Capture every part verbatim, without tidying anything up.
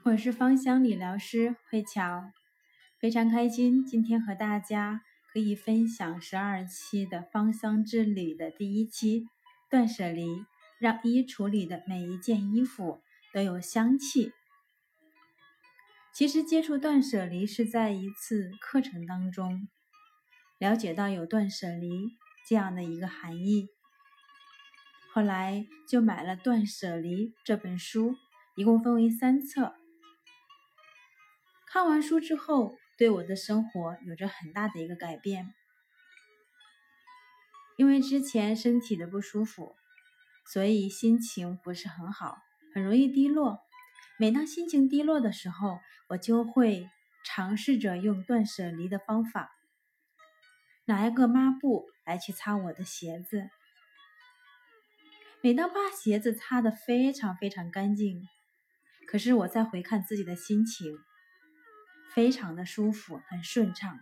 我是芳香理疗师慧乔，非常开心今天和大家可以分享十二期的芳香之旅的第一期断舍离，让衣橱里的每一件衣服都有香气。其实接触断舍离是在一次课程当中了解到有断舍离这样的一个含义，后来就买了《断舍离》这本书，一共分为三册。看完书之后，对我的生活有着很大的一个改变。因为之前身体的不舒服，所以心情不是很好，很容易低落。每当心情低落的时候，我就会尝试着用断舍离的方法，拿一个抹布来去擦我的鞋子。每当把鞋子擦得非常非常干净，可是我再回看自己的心情，非常的舒服，很顺畅。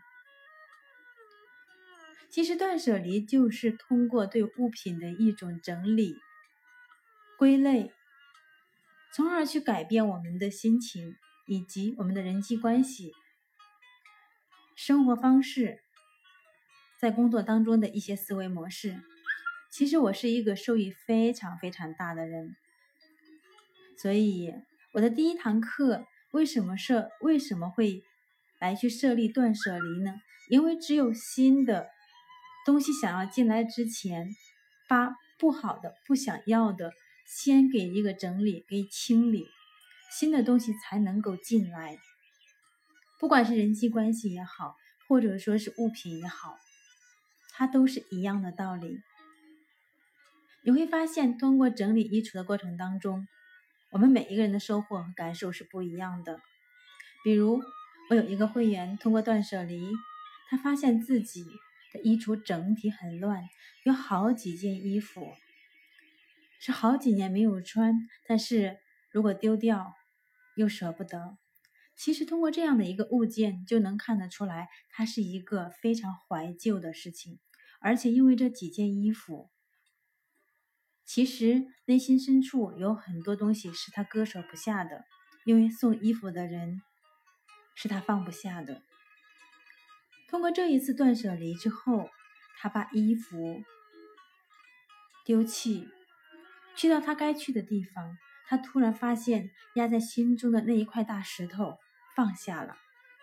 其实断舍离就是通过对物品的一种整理、归类，从而去改变我们的心情以及我们的人际关系、生活方式，在工作当中的一些思维模式。其实我是一个受益非常非常大的人，所以我的第一堂课为什么设为什么会来去设立断舍离呢？因为只有新的东西想要进来之前，把不好的、不想要的先给一个整理、给清理，新的东西才能够进来。不管是人际关系也好，或者说是物品也好，它都是一样的道理。你会发现，通过整理衣橱的过程当中，我们每一个人的收获和感受是不一样的。比如，我有一个会员通过断舍离，他发现自己的衣橱整体很乱，有好几件衣服是好几年没有穿，但是如果丢掉又舍不得。其实通过这样的一个物件就能看得出来，它是一个非常怀旧的事情。而且因为这几件衣服，其实内心深处有很多东西是他割舍不下的，因为送衣服的人是他放不下的。通过这一次断舍离之后，他把衣服丢弃，去到他该去的地方，他突然发现压在心中的那一块大石头放下了。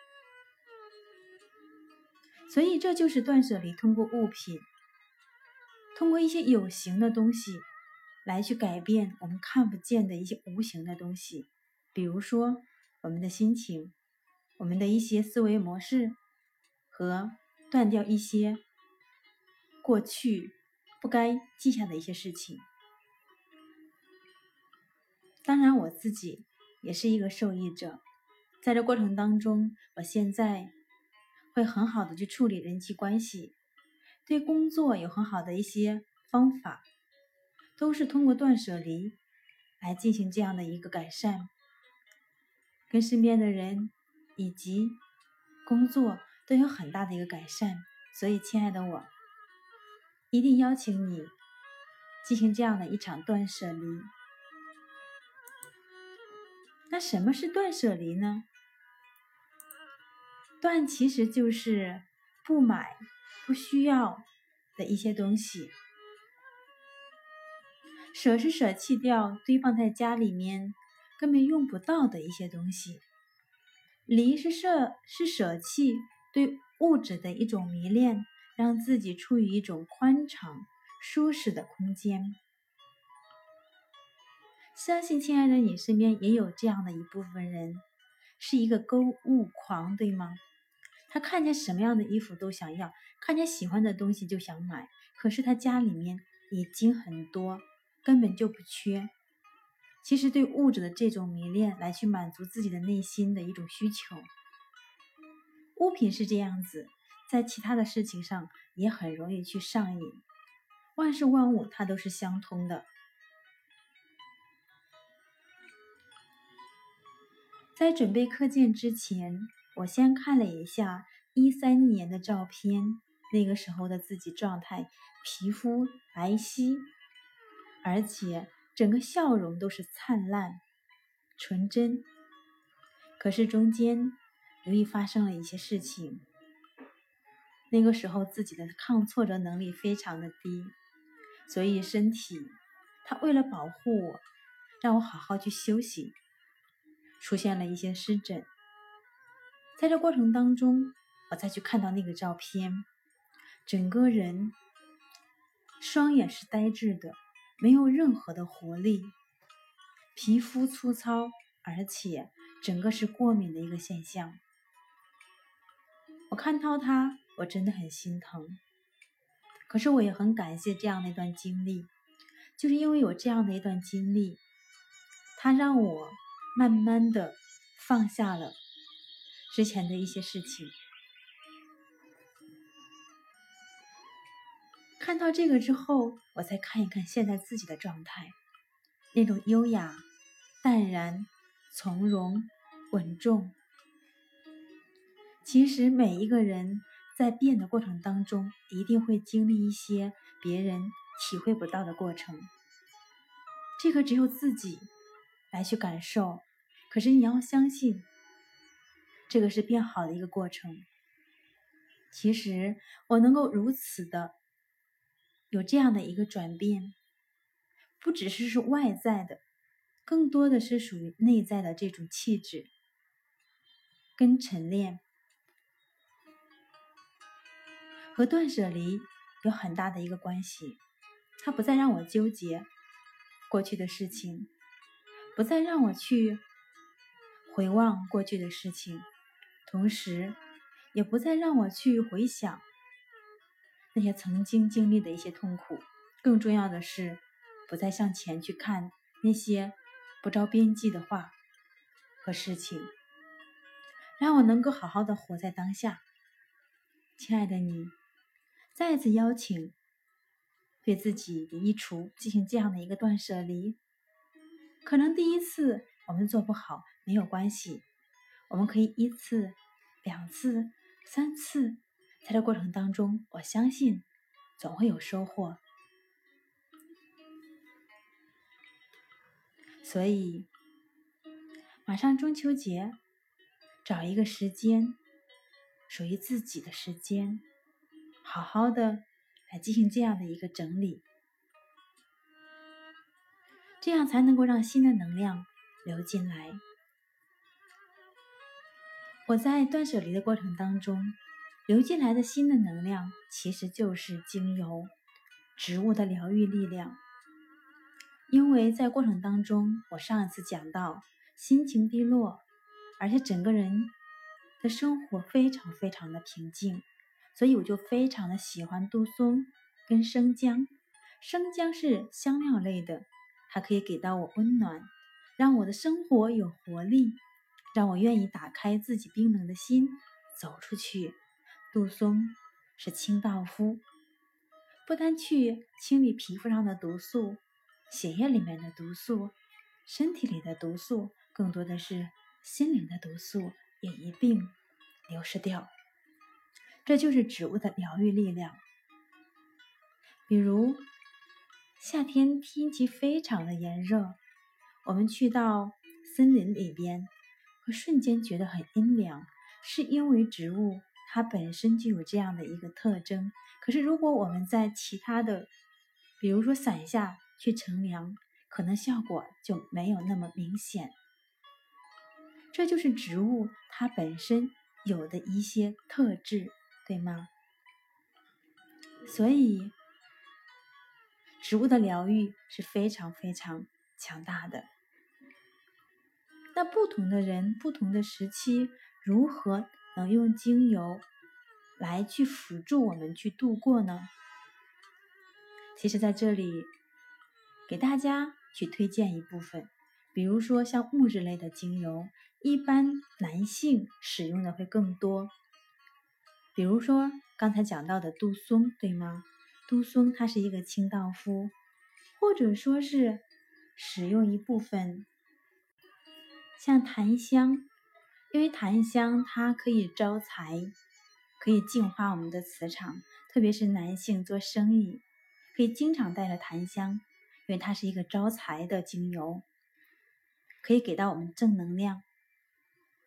所以这就是断舍离，通过物品，通过一些有形的东西来去改变我们看不见的一些无形的东西，比如说我们的心情，我们的一些思维模式，和断掉一些过去不该记下的一些事情。当然我自己也是一个受益者，在这过程当中，我现在会很好的去处理人际关系，对工作有很好的一些方法，都是通过断舍离来进行这样的一个改善，跟身边的人以及工作都有很大的一个改善。所以亲爱的我，一定邀请你进行这样的一场断舍离。那什么是断舍离呢？断其实就是不买不需要的一些东西，舍是舍弃掉堆放在家里面根本用不到的一些东西，离是舍是舍弃对物质的一种迷恋，让自己处于一种宽敞舒适的空间。相信亲爱的你身边也有这样的一部分人，是一个购物狂，对吗？他看见什么样的衣服都想要，看见喜欢的东西就想买，可是他家里面已经很多，根本就不缺。其实对物质的这种迷恋来去满足自己的内心的一种需求。物品是这样子，在其他的事情上也很容易去上瘾。万事万物它都是相通的。在准备课件之前，我先看了一下一三年的照片，那个时候的自己状态，皮肤白皙，而且整个笑容都是灿烂纯真。 可是中间由于发生了一些事情，那个时候自己的抗挫折能力非常的低，所以身体它为了保护我，让我好好去休息，出现了一些湿疹。在这过程当中，我再去看到那个照片，整个人双眼是呆滞的，没有任何的活力，皮肤粗糙，而且整个是过敏的一个现象。我看到它，我真的很心疼。可是我也很感谢这样的一段经历，就是因为有这样的一段经历，它让我慢慢的放下了之前的一些事情。看到这个之后，我再看一看现在自己的状态，那种优雅、淡然、从容、稳重。其实每一个人在变的过程当中，一定会经历一些别人体会不到的过程，这个只有自己来去感受。可是你要相信，这个是变好的一个过程。其实我能够如此的有这样的一个转变，不只是是外在的，更多的是属于内在的这种气质跟沉淀，和断舍离有很大的一个关系。它不再让我纠结过去的事情，不再让我去回望过去的事情，同时也不再让我去回想那些曾经经历的一些痛苦。更重要的是，不再向前去看那些不着边际的话和事情，让我能够好好的活在当下。亲爱的你，再次邀请对自己的衣橱进行这样的一个断舍离。可能第一次我们做不好没有关系，我们可以一次、两次、三次，在这过程当中，我相信总会有收获。所以马上中秋节，找一个时间，属于自己的时间，好好的来进行这样的一个整理，这样才能够让新的能量流进来。我在断舍离的过程当中，流进来的新的能量其实就是精油，植物的疗愈力量。因为在过程当中，我上一次讲到心情低落，而且整个人的生活非常非常的平静，所以我就非常的喜欢杜松跟生姜。生姜是香料类的，它可以给到我温暖，让我的生活有活力，让我愿意打开自己冰冷的心走出去。杜松是清道夫，不单去清理皮肤上的毒素，血液里面的毒素，身体里的毒素，更多的是心灵的毒素也一并流失掉。这就是植物的疗愈力量。比如夏天天气非常的炎热，我们去到森林里边，会瞬间觉得很阴凉，是因为植物它本身就有这样的一个特征。可是如果我们在其他的，比如说伞下去乘凉，可能效果就没有那么明显。这就是植物它本身有的一些特质，对吗？所以植物的疗愈是非常非常强大的。那不同的人，不同的时期，如何能用精油来去辅助我们去度过呢？其实在这里给大家去推荐一部分，比如说像木质类的精油，一般男性使用的会更多。比如说刚才讲到的杜松，对吗？杜松它是一个清道夫，或者说是使用一部分像檀香，因为檀香它可以招财，可以净化我们的磁场，特别是男性做生意可以经常带着檀香，因为它是一个招财的精油，可以给到我们正能量。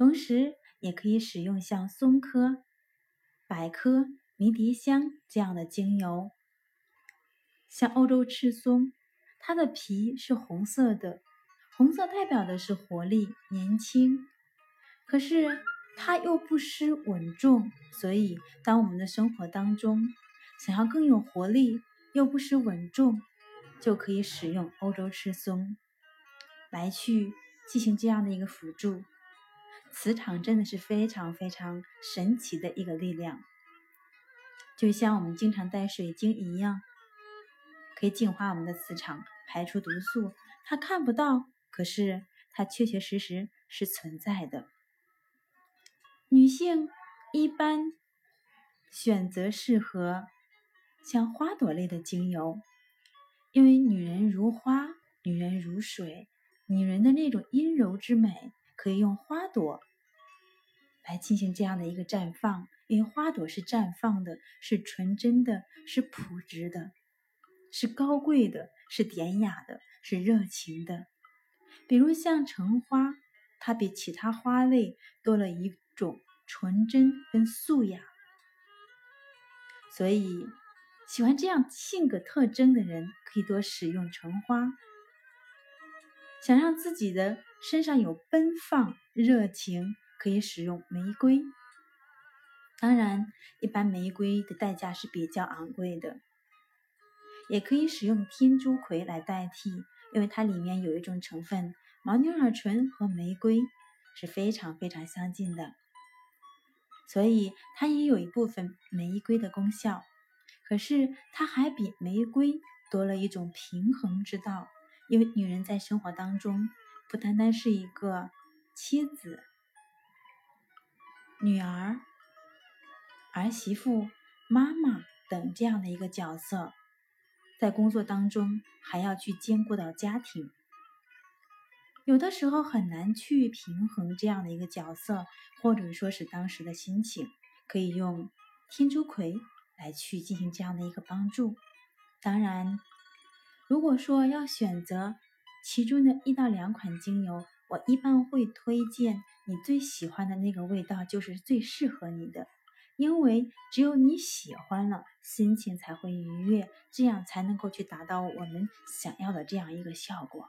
同时也可以使用像松科、百科、迷迭香这样的精油。像欧洲赤松，它的皮是红色的，红色代表的是活力、年轻，可是它又不失稳重，所以当我们的生活当中想要更有活力又不失稳重，就可以使用欧洲赤松来去进行这样的一个辅助。磁场真的是非常非常神奇的一个力量，就像我们经常带水晶一样，可以净化我们的磁场，排出毒素。它看不到，可是它确确实实是存在的。女性一般选择适合像花朵类的精油，因为女人如花，女人如水，女人的那种阴柔之美可以用花朵来进行这样的一个绽放，因为花朵是绽放的，是纯真的，是朴质的，是高贵的，是典雅的，是热情的。比如像橙花，它比其他花类多了一种纯真跟素雅，所以喜欢这样性格特征的人可以多使用橙花。想让自己的身上有奔放热情，可以使用玫瑰。当然一般玫瑰的代价是比较昂贵的，也可以使用天竺葵来代替，因为它里面有一种成分牦牛耳醇和玫瑰是非常非常相近的，所以它也有一部分玫瑰的功效，可是它还比玫瑰多了一种平衡之道。因为女人在生活当中不单单是一个妻子、女儿、儿媳妇、妈妈等这样的一个角色，在工作当中还要去兼顾到家庭，有的时候很难去平衡这样的一个角色，或者说是当时的心情，可以用天竺葵来去进行这样的一个帮助。当然如果说要选择其中的一到两款精油，我一般会推荐你最喜欢的那个味道就是最适合你的，因为只有你喜欢了，心情才会愉悦，这样才能够去达到我们想要的这样一个效果。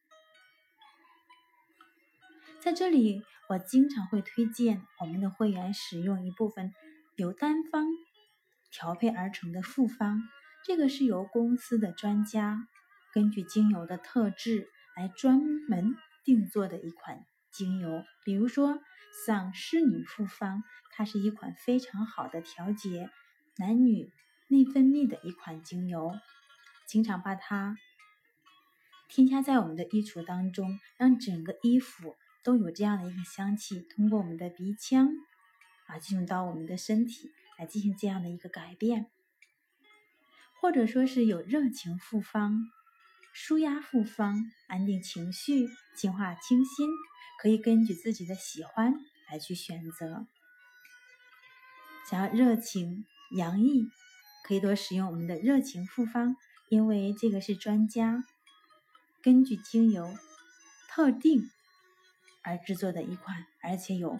在这里我经常会推荐我们的会员使用一部分由单方调配而成的复方，这个是由公司的专家根据精油的特质来专门定做的一款精油。比如说像狮女复方，它是一款非常好的调节男女内分泌的一款精油，经常把它添加在我们的衣橱当中，让整个衣服都有这样的一个香气，通过我们的鼻腔啊进入到我们的身体来进行这样的一个改变。或者说是有热情复方、舒压复方，安定情绪、净化清心，可以根据自己的喜欢来去选择。想要热情洋溢，可以多使用我们的热情复方，因为这个是专家根据精油特定而制作的一款，而且有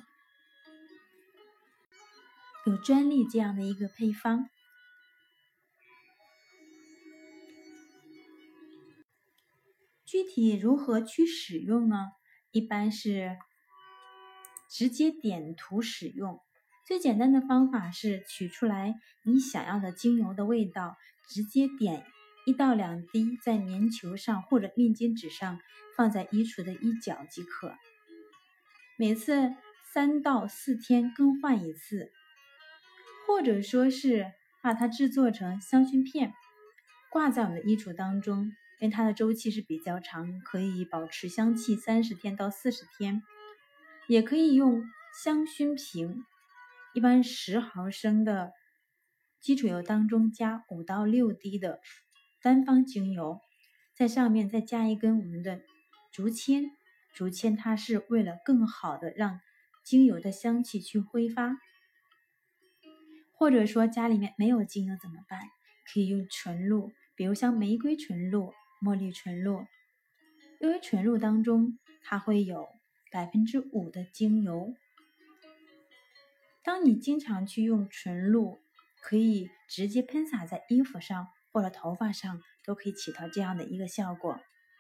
有专利这样的一个配方。具体如何去使用呢？一般是直接点涂使用。最简单的方法是取出来你想要的精油的味道，直接点一到两滴在棉球上或者面巾纸上，放在衣橱的一角即可。每次三到四天更换一次，或者说是把它制作成香薰片，挂在我们的衣橱当中，因为它的周期是比较长，可以保持香气三十天到四十天。也可以用香薰瓶，一般十毫升的基础油当中加五到六滴的单方精油，在上面再加一根我们的竹签，竹签它是为了更好的让精油的香气去挥发。或者说家里面没有精油怎么办？可以用纯露，比如像玫瑰纯露、茉莉纯露，因为纯露当中它会有百分之五的精油当你经常去用纯露，可以直接喷洒在衣服上或者头发上，都可以起到这样的一个效果。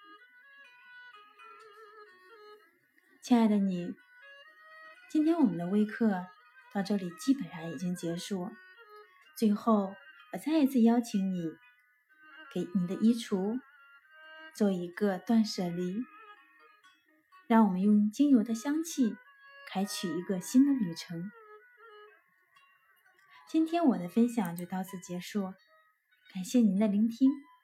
亲爱的你，今天我们的微课到这里基本上已经结束。最后，我再一次邀请你，给你的衣橱做一个断舍离，让我们用精油的香气开启一个新的旅程。今天我的分享就到此结束，感谢您的聆听。